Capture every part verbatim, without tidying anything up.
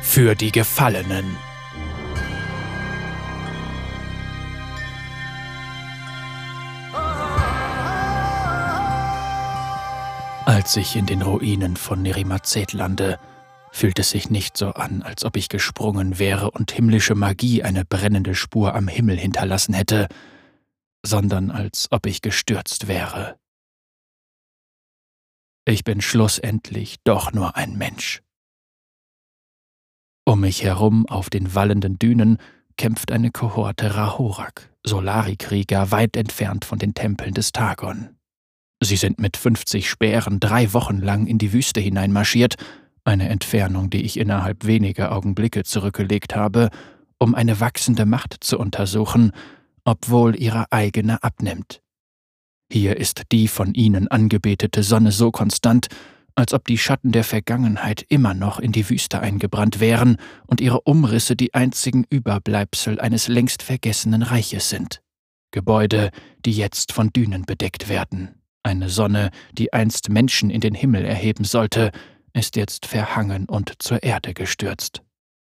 für die Gefallenen. Als ich in den Ruinen von Nerimazet lande, fühlt es sich nicht so an, als ob ich gesprungen wäre und himmlische Magie eine brennende Spur am Himmel hinterlassen hätte, sondern als ob ich gestürzt wäre. Ich bin schlussendlich doch nur ein Mensch. Um mich herum auf den wallenden Dünen kämpft eine Kohorte Rahorak, Solari-Krieger weit entfernt von den Tempeln des Targon. Sie sind mit fünfzig Speeren drei Wochen lang in die Wüste hineinmarschiert, eine Entfernung, die ich innerhalb weniger Augenblicke zurückgelegt habe, um eine wachsende Macht zu untersuchen, obwohl ihre eigene abnimmt. Hier ist die von ihnen angebetete Sonne so konstant, als ob die Schatten der Vergangenheit immer noch in die Wüste eingebrannt wären und ihre Umrisse die einzigen Überbleibsel eines längst vergessenen Reiches sind. Gebäude, die jetzt von Dünen bedeckt werden. Eine Sonne, die einst Menschen in den Himmel erheben sollte, ist jetzt verhangen und zur Erde gestürzt.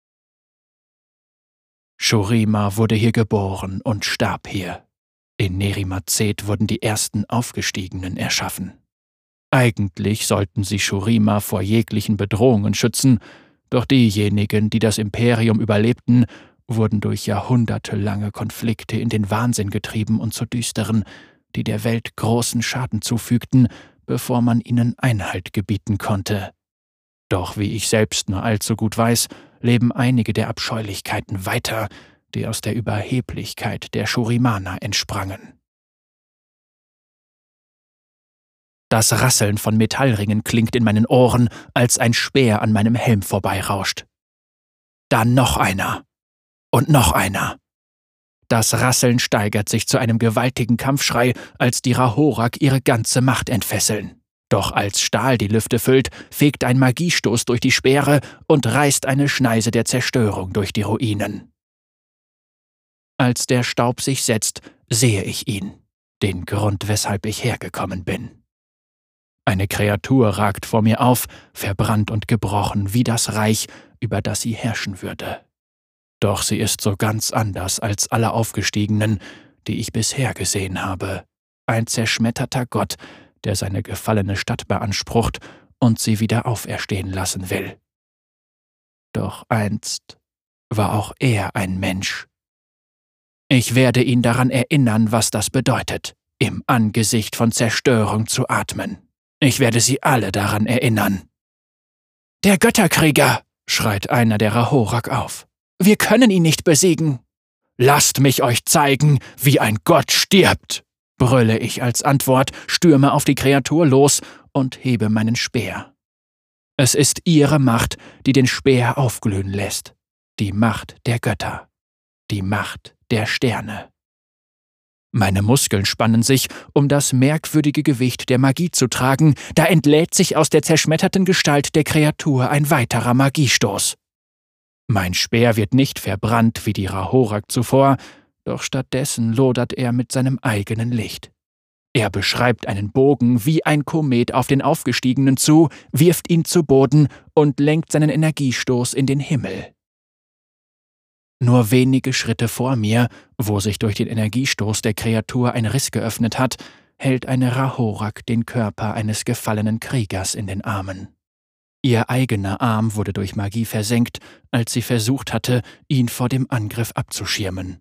Shurima wurde hier geboren und starb hier. In Nerimazet wurden die ersten Aufgestiegenen erschaffen. Eigentlich sollten sie Shurima vor jeglichen Bedrohungen schützen, doch diejenigen, die das Imperium überlebten, wurden durch jahrhundertelange Konflikte in den Wahnsinn getrieben und zu Düsteren, die der Welt großen Schaden zufügten, bevor man ihnen Einhalt gebieten konnte. Doch wie ich selbst nur allzu gut weiß, leben einige der Abscheulichkeiten weiter, die aus der Überheblichkeit der Shurimaner entsprangen. Das Rasseln von Metallringen klingt in meinen Ohren, als ein Speer an meinem Helm vorbeirauscht. Dann noch einer. Und noch einer. Das Rasseln steigert sich zu einem gewaltigen Kampfschrei, als die Rahorak ihre ganze Macht entfesseln. Doch als Stahl die Lüfte füllt, fegt ein Magiestoß durch die Speere und reißt eine Schneise der Zerstörung durch die Ruinen. Als der Staub sich setzt, sehe ich ihn, den Grund, weshalb ich hergekommen bin. Eine Kreatur ragt vor mir auf, verbrannt und gebrochen wie das Reich, über das sie herrschen würde. Doch sie ist so ganz anders als alle Aufgestiegenen, die ich bisher gesehen habe. Ein zerschmetterter Gott, der seine gefallene Stadt beansprucht und sie wieder auferstehen lassen will. Doch einst war auch er ein Mensch. Ich werde ihn daran erinnern, was das bedeutet, im Angesicht von Zerstörung zu atmen. Ich werde sie alle daran erinnern. »Der Götterkrieger«, schreit einer der Rahorak auf. »Wir können ihn nicht besiegen.« »Lasst mich euch zeigen, wie ein Gott stirbt«, brülle ich als Antwort, stürme auf die Kreatur los und hebe meinen Speer. Es ist ihre Macht, die den Speer aufglühen lässt. Die Macht der Götter. Die Macht der Sterne. Meine Muskeln spannen sich, um das merkwürdige Gewicht der Magie zu tragen, da entlädt sich aus der zerschmetterten Gestalt der Kreatur ein weiterer Magiestoß. Mein Speer wird nicht verbrannt wie die Rahorak zuvor, doch stattdessen lodert er mit seinem eigenen Licht. Er beschreibt einen Bogen wie ein Komet auf den Aufgestiegenen zu, wirft ihn zu Boden und lenkt seinen Energiestoß in den Himmel. Nur wenige Schritte vor mir, wo sich durch den Energiestoß der Kreatur ein Riss geöffnet hat, hält eine Rahorak den Körper eines gefallenen Kriegers in den Armen. Ihr eigener Arm wurde durch Magie versenkt, als sie versucht hatte, ihn vor dem Angriff abzuschirmen.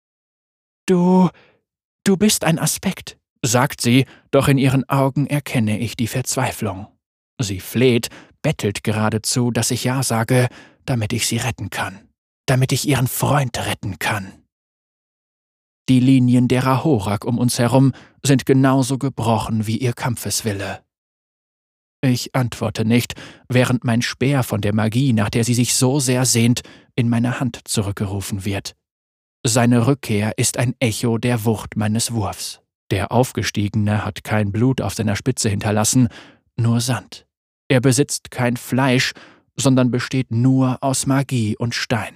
»Du, du bist ein Aspekt«, sagt sie, doch in ihren Augen erkenne ich die Verzweiflung. Sie fleht, bettelt geradezu, dass ich Ja sage, damit ich sie retten kann. Damit ich ihren Freund retten kann. Die Linien der Rahorak um uns herum sind genauso gebrochen wie ihr Kampfeswille. Ich antworte nicht, während mein Speer von der Magie, nach der sie sich so sehr sehnt, in meine Hand zurückgerufen wird. Seine Rückkehr ist ein Echo der Wucht meines Wurfs. Der Aufgestiegene hat kein Blut auf seiner Spitze hinterlassen, nur Sand. Er besitzt kein Fleisch, sondern besteht nur aus Magie und Stein.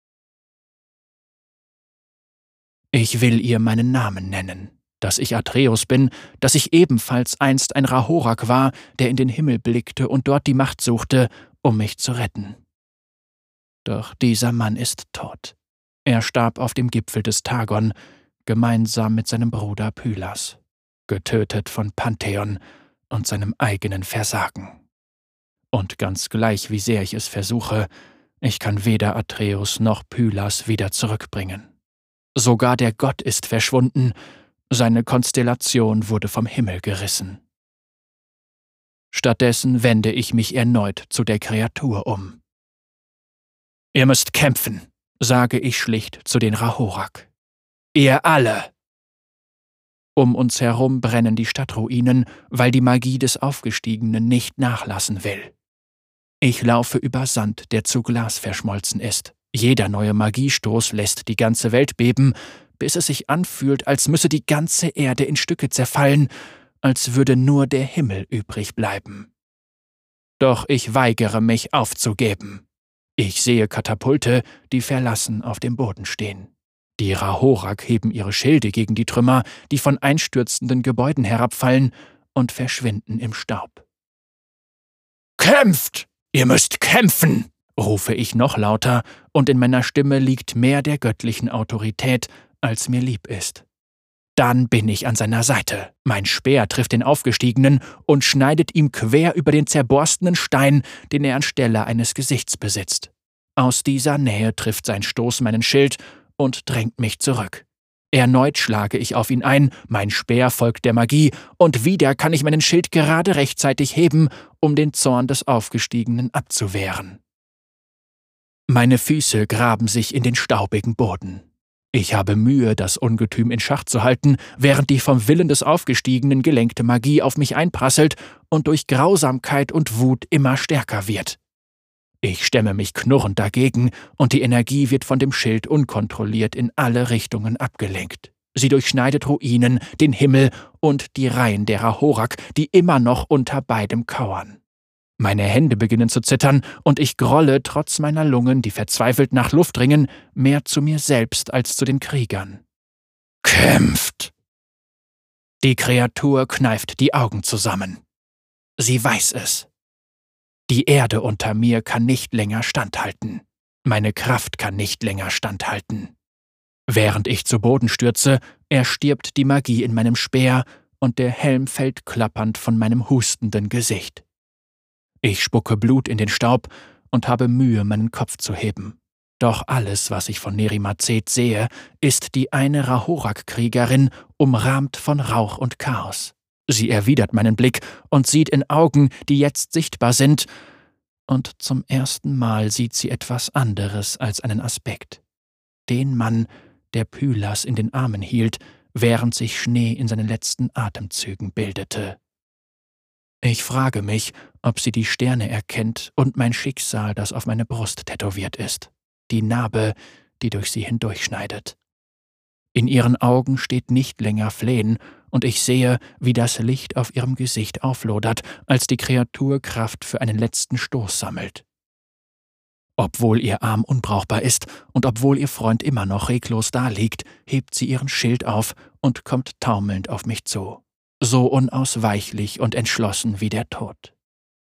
Ich will ihr meinen Namen nennen, dass ich Atreus bin, dass ich ebenfalls einst ein Rahorak war, der in den Himmel blickte und dort die Macht suchte, um mich zu retten. Doch dieser Mann ist tot. Er starb auf dem Gipfel des Tagon, gemeinsam mit seinem Bruder Pylas, getötet von Pantheon und seinem eigenen Versagen. Und ganz gleich, wie sehr ich es versuche, ich kann weder Atreus noch Pylas wieder zurückbringen. Sogar der Gott ist verschwunden, seine Konstellation wurde vom Himmel gerissen. Stattdessen wende ich mich erneut zu der Kreatur um. »Ihr müsst kämpfen«, sage ich schlicht zu den Rahorak. »Ihr alle!« Um uns herum brennen die Stadtruinen, weil die Magie des Aufgestiegenen nicht nachlassen will. Ich laufe über Sand, der zu Glas verschmolzen ist. Jeder neue Magiestoß lässt die ganze Welt beben, bis es sich anfühlt, als müsse die ganze Erde in Stücke zerfallen, als würde nur der Himmel übrig bleiben. Doch ich weigere mich aufzugeben. Ich sehe Katapulte, die verlassen auf dem Boden stehen. Die Rahorak heben ihre Schilde gegen die Trümmer, die von einstürzenden Gebäuden herabfallen und verschwinden im Staub. »Kämpft! Ihr müsst kämpfen!« rufe ich noch lauter, und in meiner Stimme liegt mehr der göttlichen Autorität, als mir lieb ist. Dann bin ich an seiner Seite. Mein Speer trifft den Aufgestiegenen und schneidet ihm quer über den zerborstenen Stein, den er anstelle eines Gesichts besitzt. Aus dieser Nähe trifft sein Stoß meinen Schild und drängt mich zurück. Erneut schlage ich auf ihn ein, mein Speer folgt der Magie, und wieder kann ich meinen Schild gerade rechtzeitig heben, um den Zorn des Aufgestiegenen abzuwehren. Meine Füße graben sich in den staubigen Boden. Ich habe Mühe, das Ungetüm in Schach zu halten, während die vom Willen des Aufgestiegenen gelenkte Magie auf mich einprasselt und durch Grausamkeit und Wut immer stärker wird. Ich stemme mich knurrend dagegen, und die Energie wird von dem Schild unkontrolliert in alle Richtungen abgelenkt. Sie durchschneidet Ruinen, den Himmel und die Reihen der Rahorak, die immer noch unter beidem kauern. Meine Hände beginnen zu zittern, und ich grolle trotz meiner Lungen, die verzweifelt nach Luft ringen, mehr zu mir selbst als zu den Kriegern. »Kämpft!« Die Kreatur kneift die Augen zusammen. Sie weiß es. Die Erde unter mir kann nicht länger standhalten. Meine Kraft kann nicht länger standhalten. Während ich zu Boden stürze, erstirbt die Magie in meinem Speer, und der Helm fällt klappernd von meinem hustenden Gesicht. Ich spucke Blut in den Staub und habe Mühe, meinen Kopf zu heben. Doch alles, was ich von Nerimazet sehe, ist die eine Rahorak-Kriegerin, umrahmt von Rauch und Chaos. Sie erwidert meinen Blick und sieht in Augen, die jetzt sichtbar sind, und zum ersten Mal sieht sie etwas anderes als einen Aspekt. Den Mann, der Pylas in den Armen hielt, während sich Schnee in seinen letzten Atemzügen bildete. Ich frage mich, ob sie die Sterne erkennt und mein Schicksal, das auf meine Brust tätowiert ist, die Narbe, die durch sie hindurchschneidet. In ihren Augen steht nicht länger Flehen, und ich sehe, wie das Licht auf ihrem Gesicht auflodert, als die Kreatur Kraft für einen letzten Stoß sammelt. Obwohl ihr Arm unbrauchbar ist und obwohl ihr Freund immer noch reglos daliegt, hebt sie ihren Schild auf und kommt taumelnd auf mich zu. So unausweichlich und entschlossen wie der Tod.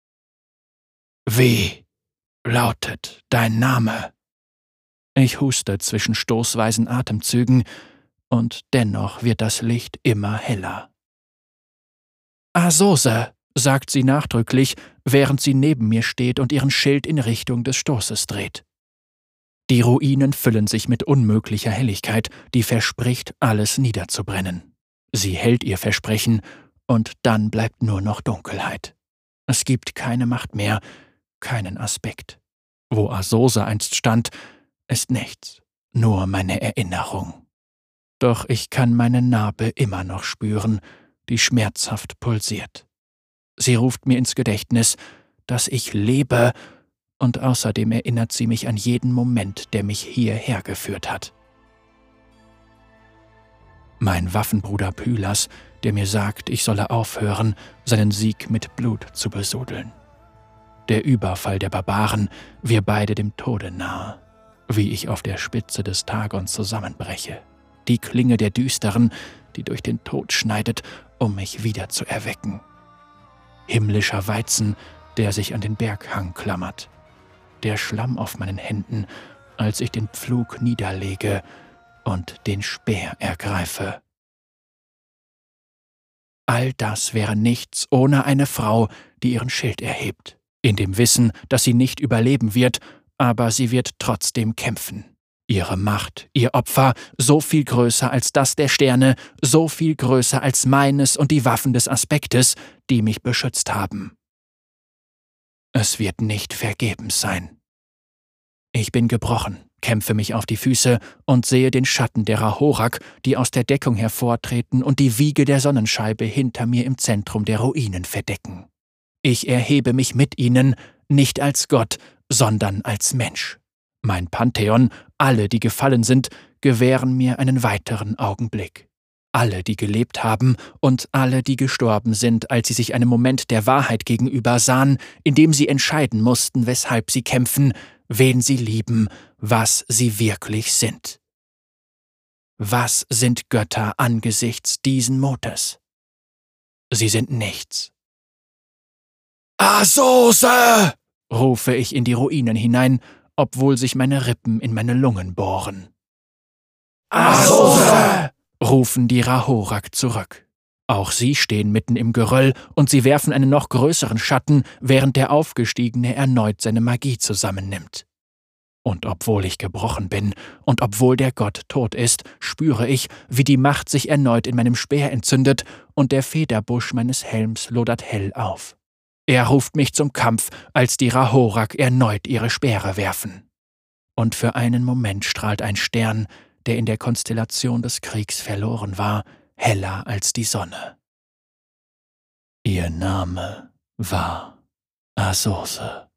»Wie lautet dein Name?« Ich huste zwischen stoßweisen Atemzügen, und dennoch wird das Licht immer heller. »Asose«, sagt sie nachdrücklich, während sie neben mir steht und ihren Schild in Richtung des Stoßes dreht. Die Ruinen füllen sich mit unmöglicher Helligkeit, die verspricht, alles niederzubrennen. Sie hält ihr Versprechen, und dann bleibt nur noch Dunkelheit. Es gibt keine Macht mehr, keinen Aspekt. Wo Asose einst stand, ist nichts, nur meine Erinnerung. Doch ich kann meine Narbe immer noch spüren, die schmerzhaft pulsiert. Sie ruft mir ins Gedächtnis, dass ich lebe, und außerdem erinnert sie mich an jeden Moment, der mich hierher geführt hat. Mein Waffenbruder Pylas, der mir sagt, ich solle aufhören, seinen Sieg mit Blut zu besudeln. Der Überfall der Barbaren, wir beide dem Tode nahe, wie ich auf der Spitze des Tagons zusammenbreche. Die Klinge der Düsteren, die durch den Tod schneidet, um mich wieder zu erwecken. Himmlischer Weizen, der sich an den Berghang klammert. der Schlamm auf meinen Händen, als ich den Pflug niederlege und den Speer ergreife. All das wäre nichts ohne eine Frau, die ihren Schild erhebt, in dem Wissen, dass sie nicht überleben wird, aber sie wird trotzdem kämpfen. Ihre Macht, ihr Opfer, so viel größer als das der Sterne, so viel größer als meines und die Waffen des Aspektes, die mich beschützt haben. Es wird nicht vergebens sein. Ich bin gebrochen, kämpfe mich auf die Füße und sehe den Schatten der Rahorak, die aus der Deckung hervortreten und die Wiege der Sonnenscheibe hinter mir im Zentrum der Ruinen verdecken. Ich erhebe mich mit ihnen, nicht als Gott, sondern als Mensch. Mein Pantheon, alle, die gefallen sind, gewähren mir einen weiteren Augenblick. Alle, die gelebt haben und alle, die gestorben sind, als sie sich einem Moment der Wahrheit gegenüber sahen, in dem sie entscheiden mussten, weshalb sie kämpfen, wen sie lieben, was sie wirklich sind. Was sind Götter angesichts diesen Mutes? Sie sind nichts. »Asose!« rufe ich in die Ruinen hinein, obwohl sich meine Rippen in meine Lungen bohren. »Asose!« rufen die Rahorak zurück. Auch sie stehen mitten im Geröll und sie werfen einen noch größeren Schatten, während der Aufgestiegene erneut seine Magie zusammennimmt. Und obwohl ich gebrochen bin und obwohl der Gott tot ist, spüre ich, wie die Macht sich erneut in meinem Speer entzündet und der Federbusch meines Helms lodert hell auf. Er ruft mich zum Kampf, als die Rahorak erneut ihre Speere werfen. Und für einen Moment strahlt ein Stern, der in der Konstellation des Kriegs verloren war, heller als die Sonne. Ihr Name war Asose.